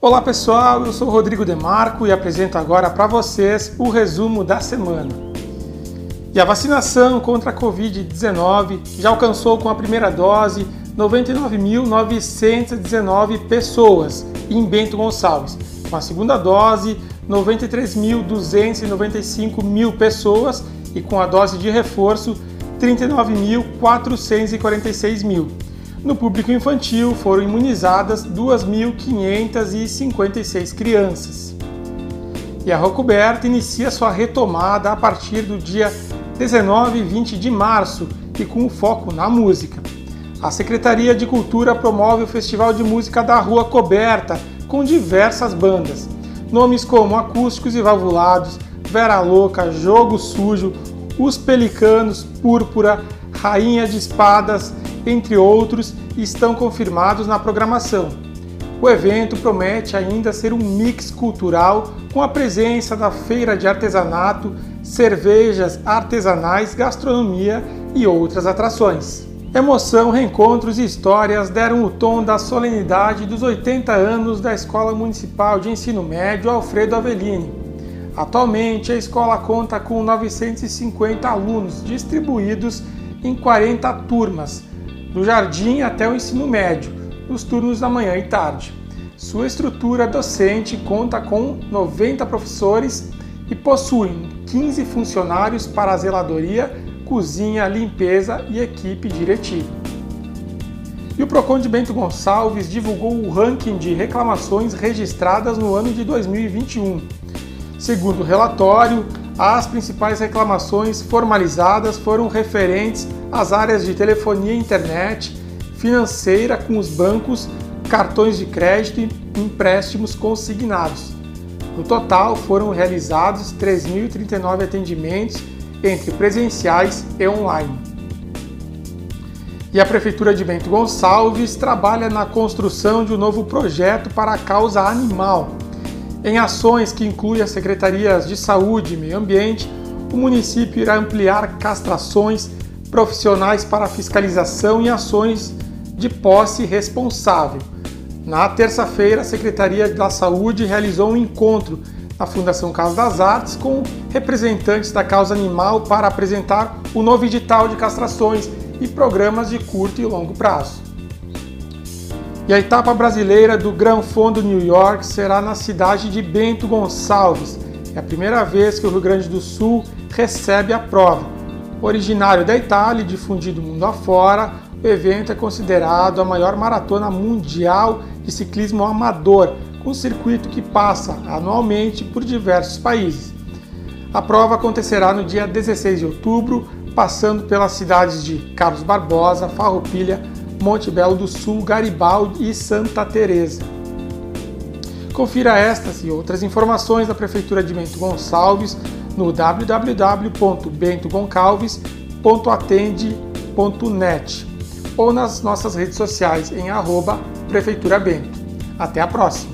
Olá pessoal, eu sou Rodrigo Demarco e apresento agora para vocês o resumo da semana. E a vacinação contra a Covid-19 já alcançou com a primeira dose 99.919 pessoas em Bento Gonçalves, com a segunda dose 93.295 pessoas e com a dose de reforço 39.446. No público infantil foram imunizadas 2.556 crianças. E a Rocoberta inicia sua retomada a partir do dia 19 e 20 de março e com foco na música. A Secretaria de Cultura promove o Festival de Música da Rua Coberta com diversas bandas. Nomes como Acústicos e Valvulados, Vera Louca, Jogo Sujo, Os Pelicanos, Púrpura, Rainha de Espadas, entre outros, estão confirmados na programação. O evento promete ainda ser um mix cultural com a presença da feira de artesanato, cervejas artesanais, gastronomia e outras atrações. Emoção, reencontros e histórias deram o tom da solenidade dos 80 anos da Escola Municipal de Ensino Médio Alfredo Avellini. Atualmente, a escola conta com 950 alunos distribuídos em 40 turmas, do jardim até o ensino médio, nos turnos da manhã e tarde. Sua estrutura docente conta com 90 professores e possui 15 funcionários para a zeladoria, cozinha, limpeza e equipe diretiva. E o Procon de Bento Gonçalves divulgou o ranking de reclamações registradas no ano de 2021. Segundo o relatório, as principais reclamações formalizadas foram referentes às áreas de telefonia e internet, financeira com os bancos, cartões de crédito e empréstimos consignados. No total, foram realizados 3.039 atendimentos entre presenciais e online. E a Prefeitura de Bento Gonçalves trabalha na construção de um novo projeto para a causa animal. Em ações que incluem as secretarias de Saúde e Meio Ambiente, o município irá ampliar castrações, profissionais para fiscalização e ações de posse responsável. Na terça-feira, a Secretaria da Saúde realizou um encontro na Fundação Casa das Artes com representantes da causa animal para apresentar o novo edital de castrações e programas de curto e longo prazo. E a etapa brasileira do Gran Fondo New York será na cidade de Bento Gonçalves. É a primeira vez que o Rio Grande do Sul recebe a prova. Originário da Itália e difundido mundo afora, o evento é considerado a maior maratona mundial de ciclismo amador, com um circuito que passa anualmente por diversos países. A prova acontecerá no dia 16 de outubro, passando pelas cidades de Carlos Barbosa, Farroupilha, Monte Belo do Sul, Garibaldi e Santa Teresa. Confira estas e outras informações da Prefeitura de Bento Gonçalves no www.bentogoncalves.atende.net ou nas nossas redes sociais em @prefeiturabento. Até a próxima!